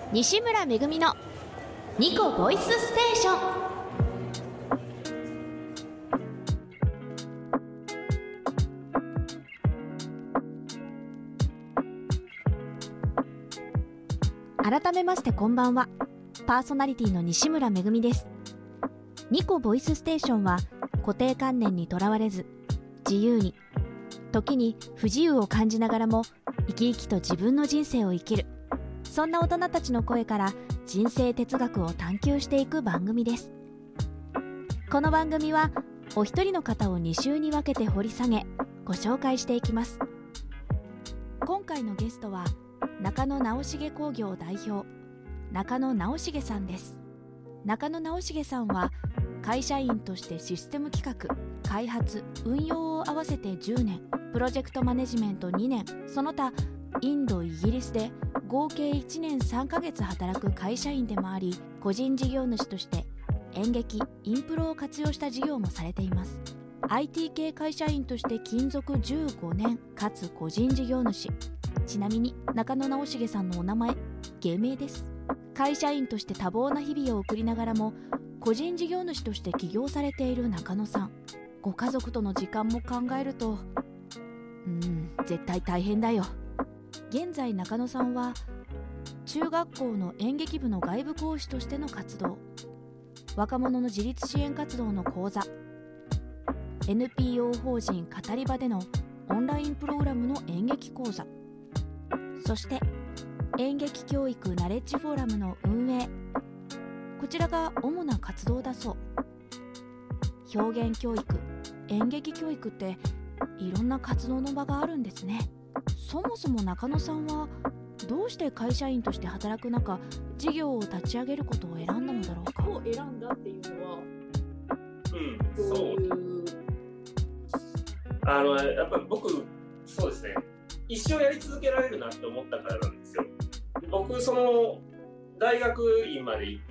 西村めぐみのニコボイスステーション。改めましてこんばんは。パーソナリティの西村めぐみです。ニコボイスステーションは固定観念にとらわれず自由に、時に不自由を感じながらも生き生きと自分の人生を生きる、そんな大人たちの声から人生哲学を探求していく番組です。この番組はお一人の方を2週に分けて掘り下げご紹介していきます。今回のゲストは中野直重工業代表中野直重さんです。中野直重さんは会社員としてシステム企画、開発、運用を合わせて10年、プロジェクトマネジメント2年、その他インド、イギリスで合計1年3ヶ月働く会社員でもあり、個人事業主として演劇、インプロを活用した事業もされています。 IT 系会社員として勤続15年かつ個人事業主。ちなみに中野直重さんのお名前芸名です。会社員として多忙な日々を送りながらも個人事業主として起業されている中野さん。ご家族との時間も考えると絶対大変だよ。現在中野さんは中学校の演劇部の外部講師としての活動、若者の自立支援活動の講座、 NPO 法人語り場でのオンラインプログラムの演劇講座、そして演劇教育ナレッジフォーラムの運営、こちらが主な活動だそう。表現教育、演劇教育っていろんな活動の場があるんですね。そもそも中野さんはどうして会社員として働く中、事業を立ち上げることを選んだのだろうか。 を選んだっていうのは、 やっぱり僕、そうですね、一生やり続けられるなって思ったからなんですよ。僕、その大学院まで行って、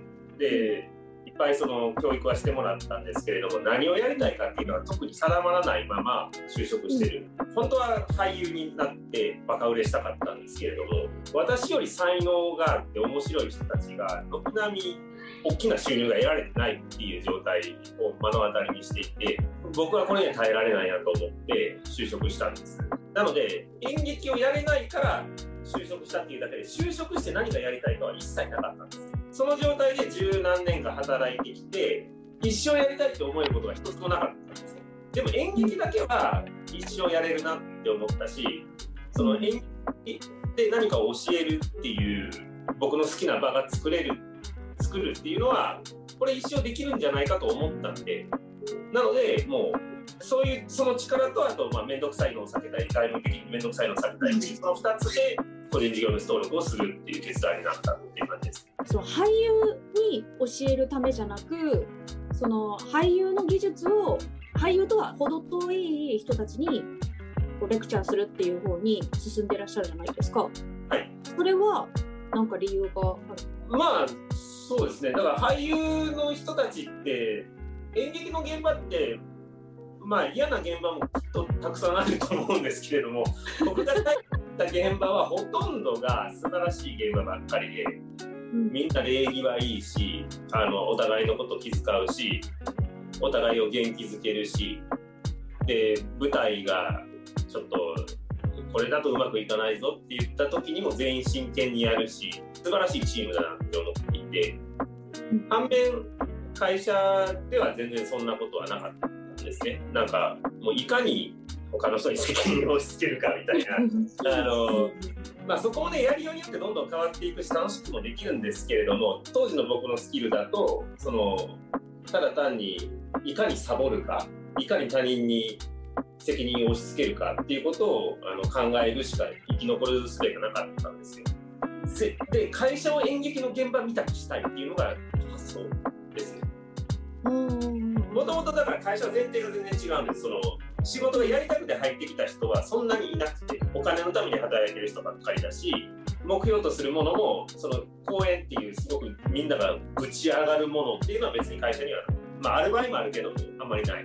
で、いっぱいその教育はしてもらったんですけれども、何をやりたいかっていうのは特に定まらないまま就職してる。本当は俳優になってバカ売れしたかったんですけれども、私より才能があって面白い人たちが軒並み大きな収入が得られてないっていう状態を目の当たりにしていて、僕はこれには耐えられないなと思って就職したんです。なので演劇をやれないから就職したっていうだけで、就職して何がやりたいかは一切なかったんです。その状態で十何年間働いてきて、一生やりたいと思えることが一つもなかったんですよ。でも演劇だけは一生やれるなって思ったし、その演劇で何かを教えるっていう僕の好きな場が作るっていうのは、これ一生できるんじゃないかと思ったんで、なのでもうその力と、あと面倒くさいのを避けたい、外務的に面倒くさいのを避けたいっていう、その2つで個人事業主登録をするっていう決断になったっていう感じです。 そう、俳優に教えるためじゃなく、その俳優の技術を俳優とは程遠い人たちにレクチャーするっていう方に進んでいらっしゃるじゃないですか。 はい。それは何か理由がある？ そうですね。だから俳優の人たちって演劇の現場って嫌な現場もきっとたくさんあると思うんですけれども、僕が入った現場はほとんどが素晴らしい現場ばっかりで、みんな礼儀はいいし、お互いのこと気遣うし、お互いを元気づけるし、で舞台がちょっとこれだとうまくいかないぞって言った時にも全員真剣にやるし、素晴らしいチームだなって思っていて、反面会社では全然そんなことはなかったんですね。なんかもういかに他の人に責任を押し付けるかみたいなそこもね、やりようによってどんどん変わっていくし楽しくもできるんですけれども、当時の僕のスキルだとただ単にいかにサボるか、いかに他人に責任を押し付けるかっていうことを考えるしか生き残る術がなかったんですよ。で会社を演劇の現場みたくしたいっていうのが発想ですね。もともとだから会社は前提が全然違うんです。仕事がやりたくて入ってきた人はそんなにいなくて、お金のために働いてる人ばっかりだし、目標とするものも公演っていうすごくみんながぶち上がるものっていうのは別に会社にはある場合もあるけどもあんまりない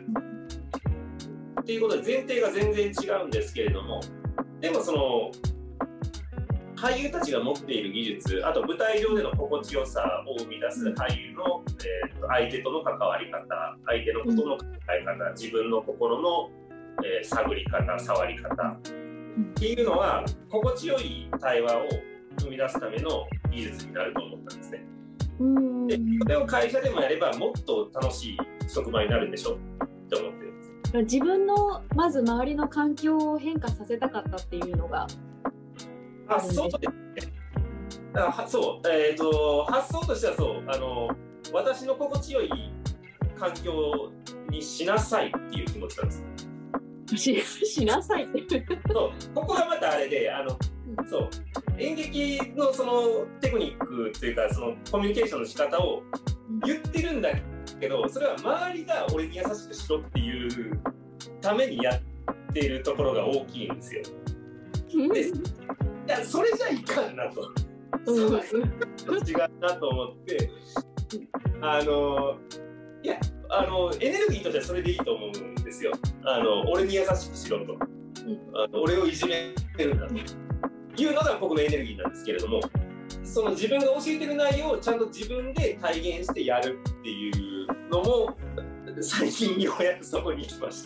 っていうことで前提が全然違うんですけれども、でも俳優たちが持っている技術、あと舞台上での心地よさを生み出す俳優の、相手との関わり方、相手のことの考え方、自分の心の、探り方、触り方っていうのは心地よい対話を生み出すための技術になると思ったんですね。でそれを会社でもやればもっと楽しい職場になるでしょって思ってるんです。 自分のまず周りの環境を変化させたかったっていうのがそうですね。発想としてはそう、私の心地よい環境にしなさいっていう気持ちなんです。 しなさいってそう、ここがまたあれでそう演劇のそのテクニックというかそのコミュニケーションの仕方を言ってるんだけど、それは周りが俺に優しくしろっていうためにやっているところが大きいんですよ。でいやそれじゃいかんなと、違うなと思って、いやエネルギーとしてはそれでいいと思うんですよ。俺に優しくしろと、俺をいじめるんだというのが僕のエネルギーなんですけれども、その自分が教えてる内容をちゃんと自分で体現してやるっていうのも最近ようやくそこに来ました。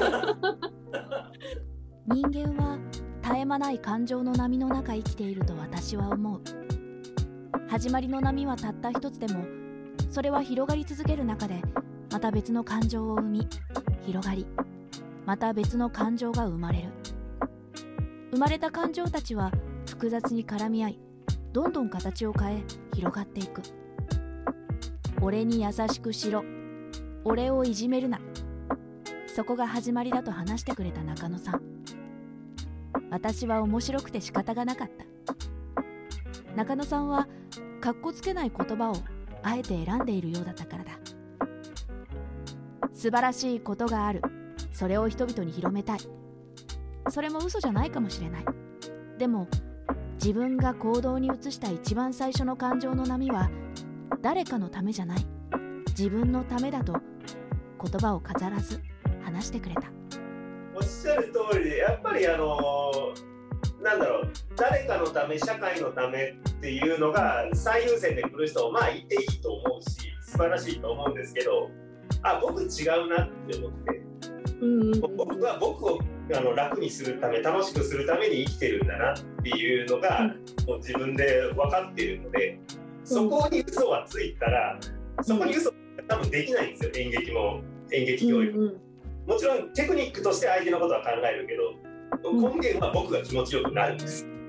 人間は絶え間ない感情の波の中生きていると私は思う。始まりの波はたった一つでも、それは広がり続ける中でまた別の感情を生み、広がり、また別の感情が生まれる。生まれた感情たちは複雑に絡み合い、どんどん形を変え広がっていく。俺に優しくしろ、俺をいじめるな、そこが始まりだと話してくれた中野さん。私は面白くて仕方がなかった。中野さんはかっこつけない言葉をあえて選んでいるようだったからだ。素晴らしいことがある、それを人々に広めたい。それも嘘じゃないかもしれない。でも自分が行動に移した一番最初の感情の波は誰かのためじゃない、自分のためだと言葉を飾らず話してくれた。 おっしゃる通りで、やっぱりなんだろう、誰かのため、社会のためっていうのが最優先で来る人もまあいていいと思うし、素晴らしいと思うんですけど、僕違うなって思って、僕は僕を楽にするため、楽しくするために生きてるんだなっていうのが、もう自分で分かっているので、そこに嘘はついたら、そこに嘘は多分できないんですよ。演劇教育、もちろんテクニックとして相手のことは考えるけど、根源は僕が気持ちよくなるんです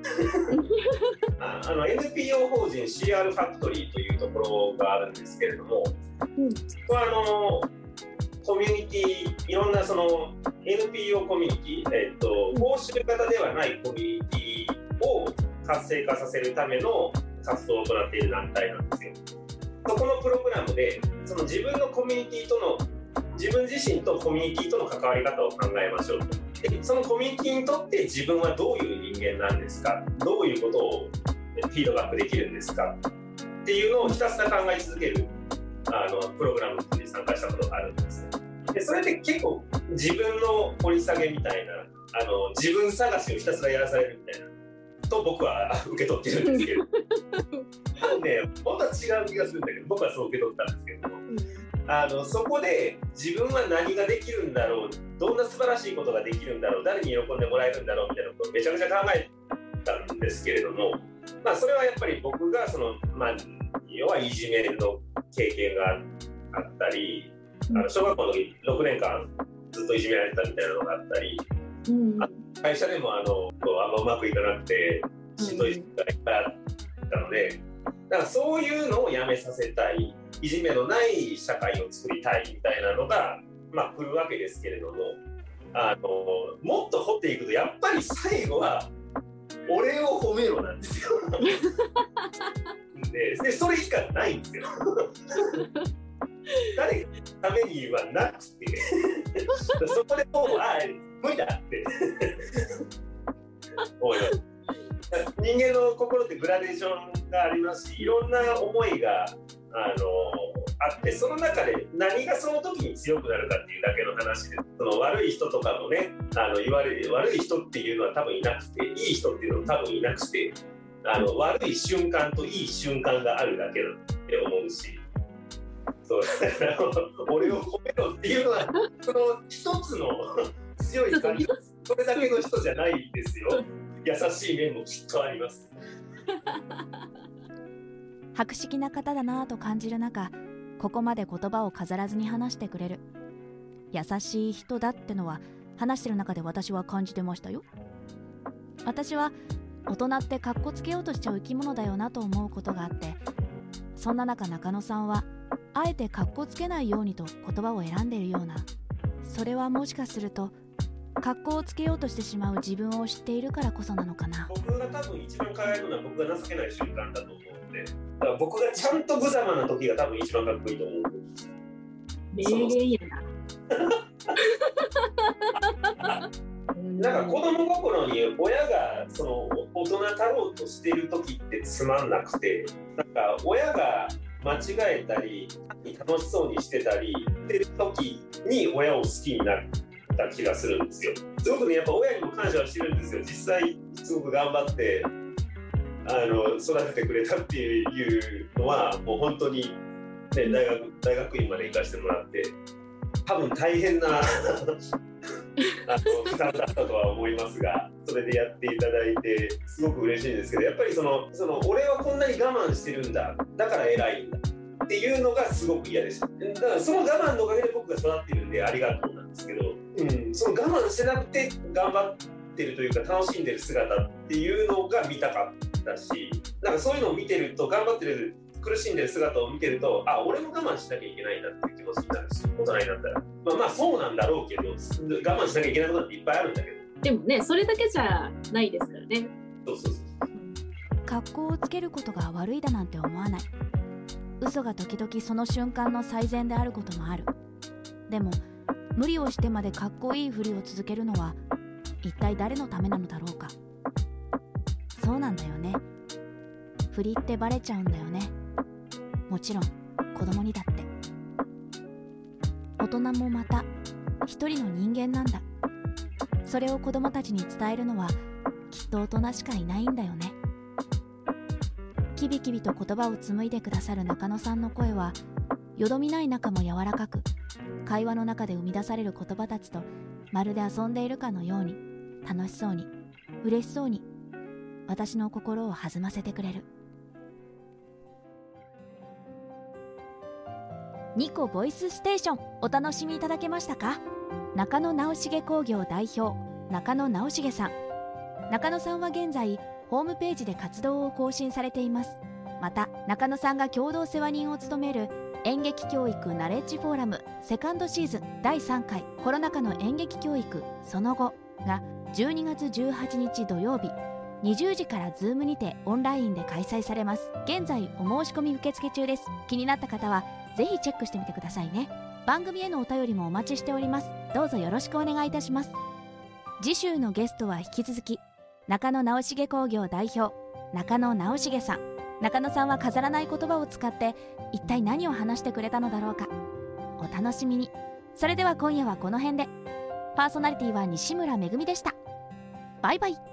。NPO 法人 CR ファクトリーというところがあるんですけれども、そこはコミュニティ、いろんなその NPO コミュニティ、報酬型ではないコミュニティを活性化させるための活動を行っている団体なんですよ。そこのプログラムで、その自分のコミュニティとの、自分自身とコミュニティとの関わり方を考えましょうと。でそのコミュニティにとって自分はどういう人間なんですか、どういうことをフィードバックできるんですかっていうのをひたすら考え続けるプログラムに参加したことがあるんです。でそれで結構自分の掘り下げみたいな、自分探しをひたすらやらされるみたいなと僕は受け取ってるんですけど本当は違う気がするんだけど、僕はそう受け取ったんですけども、そこで自分は何ができるんだろう、どんな素晴らしいことができるんだろう、誰に喜んでもらえるんだろうみたいなことをめちゃくちゃ考えたんですけれども、それはやっぱり僕が要はいじめの経験があったり、小学校の時6年間ずっといじめられたみたいなのがあったり、会社でもあんまうまくいかなくてしんどい時がいっぱいあったので、だからそういうのをやめさせたい、いじめのない社会を作りたいみたいなのが、来るわけですけれども、もっと掘っていくとやっぱり最後は俺を褒めろなんですよでそれしかないんですよ誰のためにはなくてそこでもう無理だって人間の心ってグラデーションがありますし、いろんな思いがあって、その中で何がその時に強くなるかっていうだけの話で、その悪い人とかもね、言われる悪い人っていうのは多分いなくて、いい人っていうのも多分いなくて、悪い瞬間といい瞬間があるだけだって思うし、そう俺を褒めろっていうのはその一つの強い感じ、それだけの人じゃないんですよ。優しい面もきっとあります。 博識な方だなぁと感じる中、ここまで言葉を飾らずに話してくれる優しい人だってのは話してる中で私は感じてましたよ。私は大人ってカッコつけようとしちゃう生き物だよなと思うことがあって、そんな中中野さんはあえてカッコつけないようにと言葉を選んでいるような、それはもしかするとカッコをつけようとしてしまう自分を知っているからこそなのかな。 僕が多分一番輝くのは僕が情けない瞬間だと思うんで、だから僕がちゃんと無様な時が多分一番かっこいいと思うんです。 名言やな。 なんか子供心に親がその大人たろうとしている時ってつまんなくて、なんか親が間違えたり楽しそうにしてたりしてる時に親を好きになった気がするんですよ。すごくね、やっぱ親にも感謝はしてるんですよ。実際すごく頑張って育ててくれたっていうのはもう本当に、ね、大学院まで行かせてもらって多分大変な負担だったとは思いますが、それでやっていただいてすごく嬉しいんですけど、やっぱりその俺はこんなに我慢してるんだ、だから偉いんだっていうのがすごく嫌でした。だからその我慢のおかげで僕が育っているんでありがとうなんですけど、その我慢してなくて頑張ってるというか楽しんでる姿っていうのが見たかったし、なんかそういうのを見てると、頑張ってる苦しんでる姿を見てると、あ、俺も我慢しなきゃいけないんだっていう気持ちになるし、大人になったらまあそうなんだろうけど、我慢しなきゃいけないことっていっぱいあるんだけど、 でもね、それだけじゃないですからね。 そう格好をつけることが悪いだなんて思わない。嘘が時々その瞬間の最善であることもある。でも無理をしてまでかっこいいふりを続けるのは一体誰のためなのだろうか。そうなんだよね、振りってバレちゃうんだよね。もちろん子供にだって。大人もまた一人の人間なんだ。それを子供たちに伝えるのはきっと大人しかいないんだよね。キビキビと言葉を紡いでくださる中野さんの声はよどみない中も柔らかく、会話の中で生み出される言葉たちとまるで遊んでいるかのように、楽しそうに嬉しそうに私の心を弾ませてくれる。ニコボイスステーション、お楽しみいただけましたか？中野直重工業代表中野直重さん。中野さんは現在ホームページで活動を更新されています。また中野さんが共同世話人を務める演劇教育ナレッジフォーラムセカンドシーズン第3回コロナ禍の演劇教育その後が12月18日土曜日20時からズームにてオンラインで開催されます。現在お申し込み受付中です。気になった方はぜひチェックしてみてくださいね。番組へのお便りもお待ちしております。どうぞよろしくお願いいたします。次週のゲストは引き続き中野直重工業代表中野直重さん。中野さんは飾らない言葉を使って一体何を話してくれたのだろうか。お楽しみに。それでは今夜はこの辺で。パーソナリティは西村めぐみでした。バイバイ。